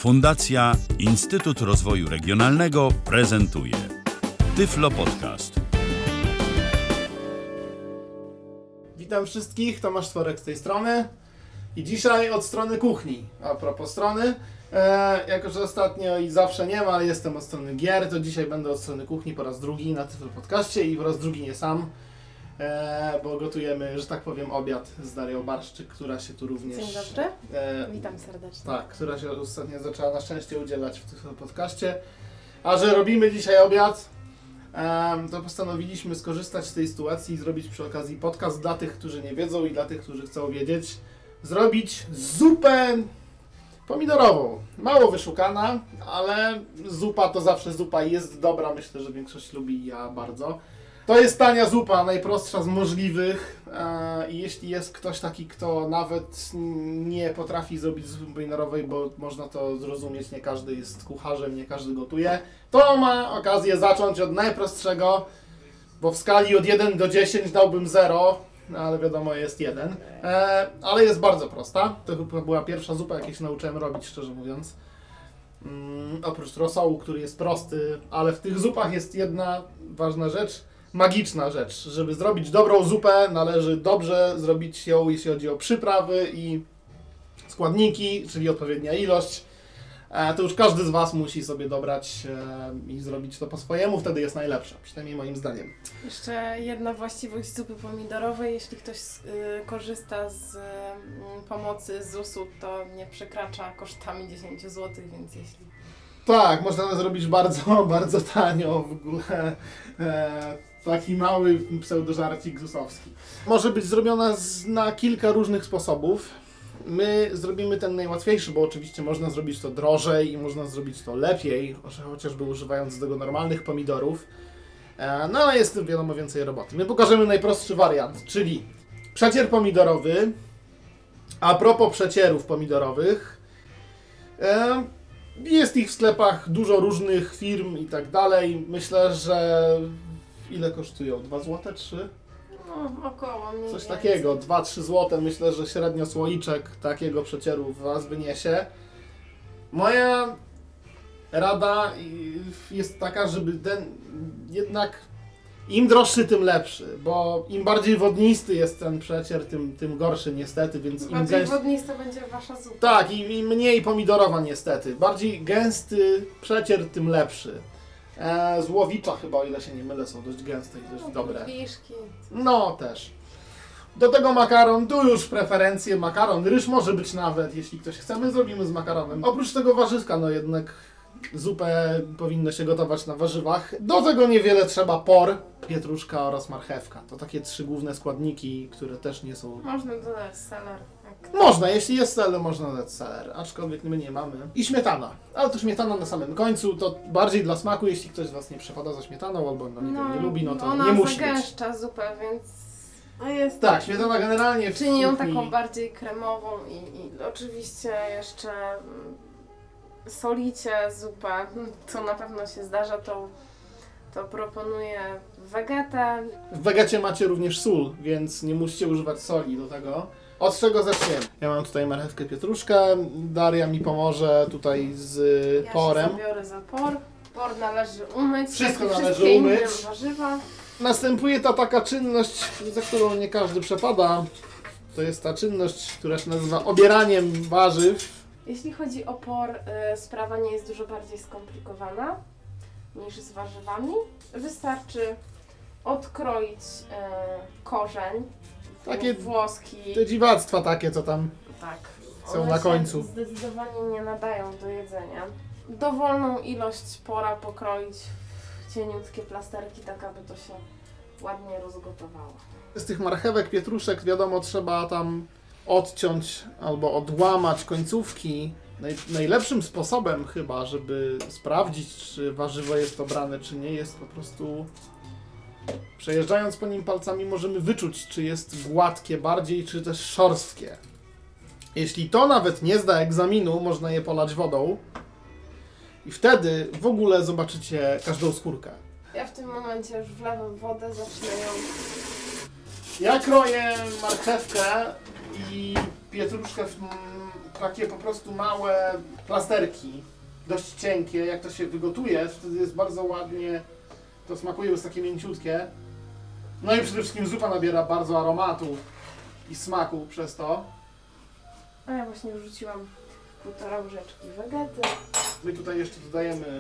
Fundacja Instytut Rozwoju Regionalnego prezentuje Tyflo Podcast. Witam wszystkich, Tomasz Stworek z tej strony i dzisiaj od strony kuchni. A propos strony, jako że ostatnio i zawsze nie ma, ale jestem od strony gier, to dzisiaj będę od strony kuchni po raz drugi na Tyflo Podcaście i po raz drugi nie sam, bo gotujemy, że tak powiem, obiad z Darią Barszczyk, która się tu również... Dzień dobry, witam serdecznie. Tak, która się ostatnio zaczęła na szczęście udzielać w Tyflo Podcaście. A że robimy dzisiaj obiad, to postanowiliśmy skorzystać z tej sytuacji i zrobić przy okazji podcast dla tych, którzy nie wiedzą i dla tych, którzy chcą wiedzieć. Zrobić zupę pomidorową. Mało wyszukana, ale zupa to zawsze zupa i jest dobra. Myślę, że większość lubi i ja bardzo. To jest tania zupa, najprostsza z możliwych i jeśli jest ktoś taki, kto nawet nie potrafi zrobić zupy pomidorowej, bo można to zrozumieć, nie każdy jest kucharzem, nie każdy gotuje, to ma okazję zacząć od najprostszego, bo w skali od 1 do 10 dałbym 0, ale wiadomo jest 1, ale jest bardzo prosta. To chyba była pierwsza zupa, jaką się nauczyłem robić, szczerze mówiąc. Oprócz rosołu, który jest prosty, ale w tych zupach jest jedna ważna rzecz, magiczna rzecz. Żeby zrobić dobrą zupę, należy dobrze zrobić ją, jeśli chodzi o przyprawy i składniki, czyli odpowiednia ilość. To już każdy z Was musi sobie dobrać i zrobić to po swojemu, wtedy jest najlepsza, przynajmniej moim zdaniem. Jeszcze jedna właściwość zupy pomidorowej, jeśli ktoś korzysta z pomocy ZUS-u, to nie przekracza kosztami 10 zł, więc jeśli... Tak, można to zrobić bardzo, bardzo tanio w ogóle. Taki mały pseudożarcik ZUS-owski. Może być zrobiona na kilka różnych sposobów. My zrobimy ten najłatwiejszy, bo oczywiście można zrobić to drożej i można zrobić to lepiej, chociażby używając do tego normalnych pomidorów. No ale jest tym wiadomo więcej roboty. My pokażemy najprostszy wariant, czyli przecier pomidorowy. A propos przecierów pomidorowych, jest ich w sklepach dużo różnych firm i tak dalej. Myślę, że ile kosztują? 2 zł? 3? No, około mniej Coś więcej. takiego, 2-3 zł. Myślę, że średnio słoiczek takiego przecieru Was wyniesie. Moja rada jest taka, żeby ten jednak im droższy, tym lepszy, bo im bardziej wodnisty jest ten przecier, tym gorszy niestety, więc im Bardziej gęstszy... wodnista będzie wasza zupa. Tak, i mniej pomidorowa niestety. Bardziej gęsty przecier, tym lepszy. Z łowicza chyba, o ile się nie mylę, są dość gęste i dość dobre. Kiszki. No też. Do tego makaron, tu już preferencje makaron. Ryż może być nawet, jeśli ktoś chce, my zrobimy z makaronem. Oprócz tego warzywka, no jednak zupę powinno się gotować na warzywach. Do tego niewiele trzeba por, pietruszka oraz marchewka. To takie 3 główne składniki, które też nie są... Można dodać seler. Można, jeśli jest seler, można dać seler, aczkolwiek my nie mamy. I śmietana, ale to śmietana na samym końcu, to bardziej dla smaku, jeśli ktoś z Was nie przepada za śmietaną albo nie lubi, no to nie musi być. Ona zagęszcza zupę, więc... No jest Tak, śmietana generalnie w czyni ją kuchni... taką bardziej kremową i oczywiście jeszcze solicie zupę, co na pewno się zdarza, to proponuję wegetę. W wegecie macie również sól, więc nie musicie używać soli do tego. Od czego zaczniemy? Ja mam tutaj marchewkę, pietruszkę, Daria mi pomoże tutaj z porem. Ja się zabiorę za por. Por należy umyć, Wszystko jak i należy wszystkie umyć. inne warzywa. Następuje ta taka czynność, za którą nie każdy przepada. To jest ta czynność, która się nazywa obieraniem warzyw. Jeśli chodzi o por, sprawa nie jest dużo bardziej skomplikowana niż z warzywami. Wystarczy odkroić korzeń, Takie włoski. te dziwactwa takie, co tam Tak. są One na się końcu. zdecydowanie nie nadają do jedzenia. Dowolną ilość pora pokroić w cieniutkie plasterki, tak aby to się ładnie rozgotowało. Z tych marchewek, pietruszek, wiadomo, trzeba tam odciąć albo odłamać końcówki. Najlepszym sposobem chyba, żeby sprawdzić, czy warzywo jest dobrane, czy nie, jest po prostu przejeżdżając po nim palcami możemy wyczuć, czy jest gładkie bardziej, czy też szorstkie. Jeśli to nawet nie zda egzaminu, można je polać wodą i wtedy w ogóle zobaczycie każdą skórkę. Ja w tym momencie już wlewam wodę, zacznę ją... Ja kroję marchewkę i pietruszkę takie po prostu małe plasterki, dość cienkie. Jak to się wygotuje, wtedy jest bardzo ładnie, to smakuje, jest takie mięciutkie. No i przede wszystkim zupa nabiera bardzo aromatu i smaku przez to. A ja właśnie wrzuciłam 1,5 łyżeczki wegety. My tutaj jeszcze dodajemy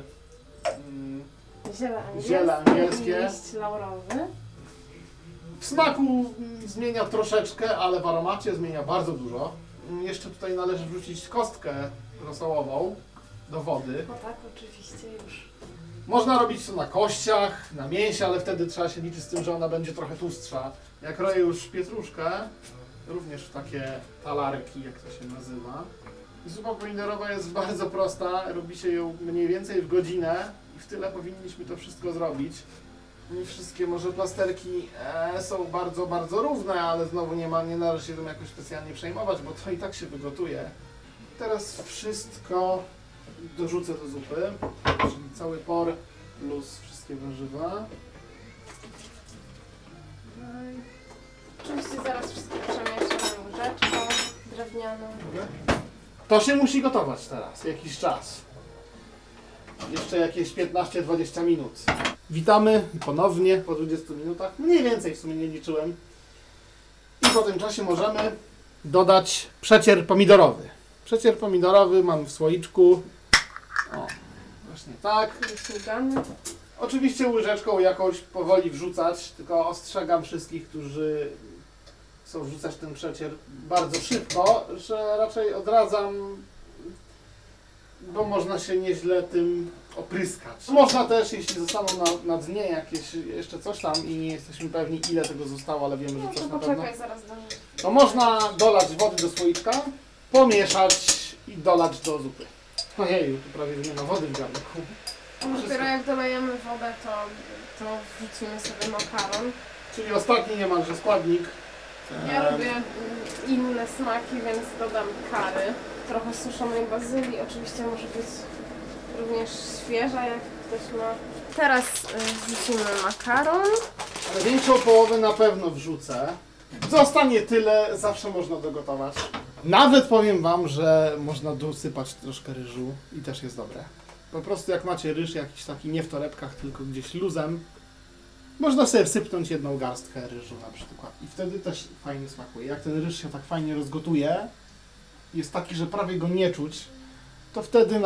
Ziele angielskie angielskie. i liść laurowy. W smaku zmienia troszeczkę, ale w aromacie zmienia bardzo dużo. Jeszcze tutaj należy wrzucić kostkę rosołową do wody. No tak, oczywiście już. Można robić to na kościach, na mięsie, ale wtedy trzeba się liczyć z tym, że ona będzie trochę tłustsza. Jak roję już pietruszkę, również w takie talarki, jak to się nazywa. Zupa pomidorowa jest bardzo prosta, robi się ją mniej więcej w godzinę i w tyle powinniśmy to wszystko zrobić. Nie wszystkie może plasterki są bardzo, bardzo równe, ale znowu nie należy się tym jakoś specjalnie przejmować, bo to i tak się wygotuje. Teraz wszystko dorzucę do zupy, czyli cały por plus wszystkie warzywa. Oczywiście zaraz wszystko przemieszamy łyżeczką drewnianą. To się musi gotować teraz, jakiś czas. Jeszcze jakieś 15-20 minut. Witamy ponownie po 20 minutach. Mniej więcej w sumie nie liczyłem. I po tym czasie możemy dodać przecier pomidorowy. Przecier pomidorowy mam w słoiczku. O, właśnie tak. Wyśmigany. Oczywiście łyżeczką jakąś powoli wrzucać, tylko ostrzegam wszystkich, którzy chcą wrzucać ten przecier bardzo szybko, że raczej odradzam, bo można się nieźle tym opryskać. Można też, jeśli zostaną na dnie jakieś jeszcze coś tam i nie jesteśmy pewni, ile tego zostało, ale wiemy, że No coś to na pewno, poczekaj, zaraz dożyję. to można dolać wody do słoiczka, pomieszać i dolać do zupy. Ojeju, tu prawie nie ma wody w garnku. Dopiero jak dolejemy wodę, to wrzucimy sobie makaron. Czyli ostatni niemalże składnik. Ja lubię inne smaki, więc dodam curry. Trochę suszonej bazylii, oczywiście może być również świeża, jak ktoś ma. Teraz wrzucimy makaron. Ale większą połowę na pewno wrzucę. Zostanie tyle, zawsze można dogotować. Nawet powiem wam, że można dosypać troszkę ryżu i też jest dobre. Po prostu jak macie ryż jakiś taki nie w torebkach, tylko gdzieś luzem, można sobie wsypnąć jedną garstkę ryżu na przykład. I wtedy też fajnie smakuje. Jak ten ryż się tak fajnie rozgotuje, jest taki, że prawie go nie czuć, to wtedy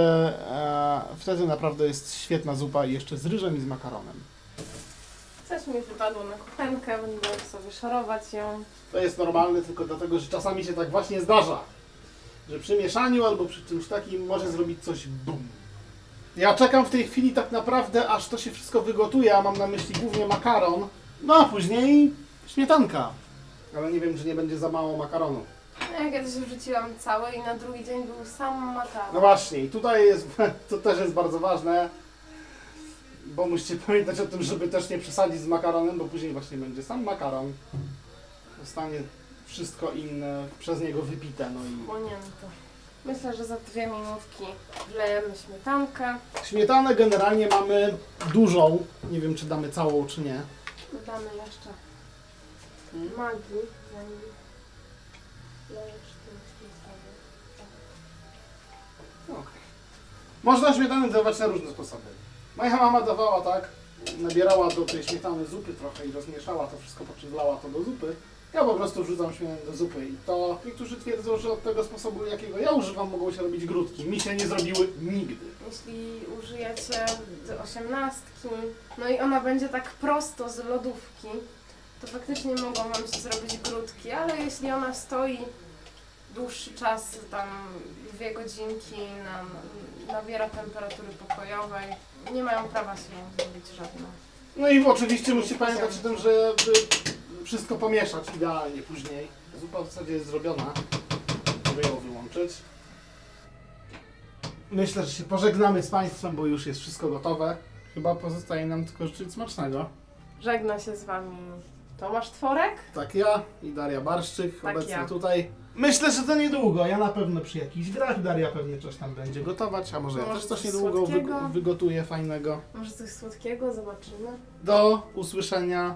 naprawdę jest świetna zupa i jeszcze z ryżem i z makaronem. Coś mi wypadło na kuchenkę, będę sobie szorować ją. To jest normalne tylko dlatego, że czasami się tak właśnie zdarza, że przy mieszaniu albo przy czymś takim może zrobić coś BUM. Ja czekam w tej chwili tak naprawdę, aż to się wszystko wygotuje, a mam na myśli głównie makaron, no a później śmietanka. Ale nie wiem, czy nie będzie za mało makaronu. Ja kiedyś wrzuciłam cały i na drugi dzień był sam makaron. No właśnie, i tutaj jest, to też jest bardzo ważne, bo musicie pamiętać o tym, żeby też nie przesadzić z makaronem, bo później właśnie będzie sam makaron. Zostanie wszystko inne przez niego wypite, no i... Chłonięte. Myślę, że za 2 minutki wlejemy śmietankę. Śmietanę generalnie mamy dużą, nie wiem czy damy całą czy nie. Dodamy jeszcze magii, zanim lejesz tym śmietaną. Okay. Można śmietanę dawać na różne sposoby. Moja mama dawała tak, nabierała do tej śmietany zupy trochę i rozmieszała to wszystko, po czym wlała to do zupy. Ja po prostu wrzucam śmietanę do zupy i to niektórzy twierdzą, że od tego sposobu, jakiego ja używam, mogą się robić grudki. Mi się nie zrobiły nigdy. Jeśli użyjecie 18, no i ona będzie tak prosto z lodówki, to faktycznie mogą wam się zrobić grudki, ale jeśli ona stoi dłuższy czas, tam 2 godzinki, nabiera temperatury pokojowej, nie mają prawa się zrobić żadne. No i oczywiście musicie pamiętać o tym, żeby wszystko pomieszać idealnie później. Zupa w zasadzie jest zrobiona, żeby ją wyłączyć. Myślę, że się pożegnamy z Państwem, bo już jest wszystko gotowe. Chyba pozostaje nam tylko życzyć smacznego. Żegna się z wami Tomasz Tworek. Tak ja i Daria Barszczyk, Tak obecnie ja. tutaj. Myślę, że to niedługo. Ja na pewno przy jakichś grach, Daria pewnie coś tam będzie gotować, a może ja Może też coś coś niedługo słodkiego. wygotuję fajnego. Może coś słodkiego, zobaczymy. Do usłyszenia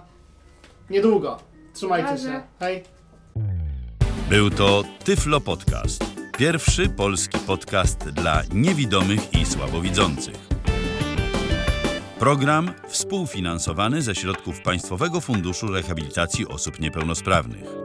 niedługo. Trzymajcie Na razie. się. Hej! Był to Tyflo Podcast. Pierwszy polski podcast dla niewidomych i słabowidzących. Program współfinansowany ze środków Państwowego Funduszu Rehabilitacji Osób Niepełnosprawnych.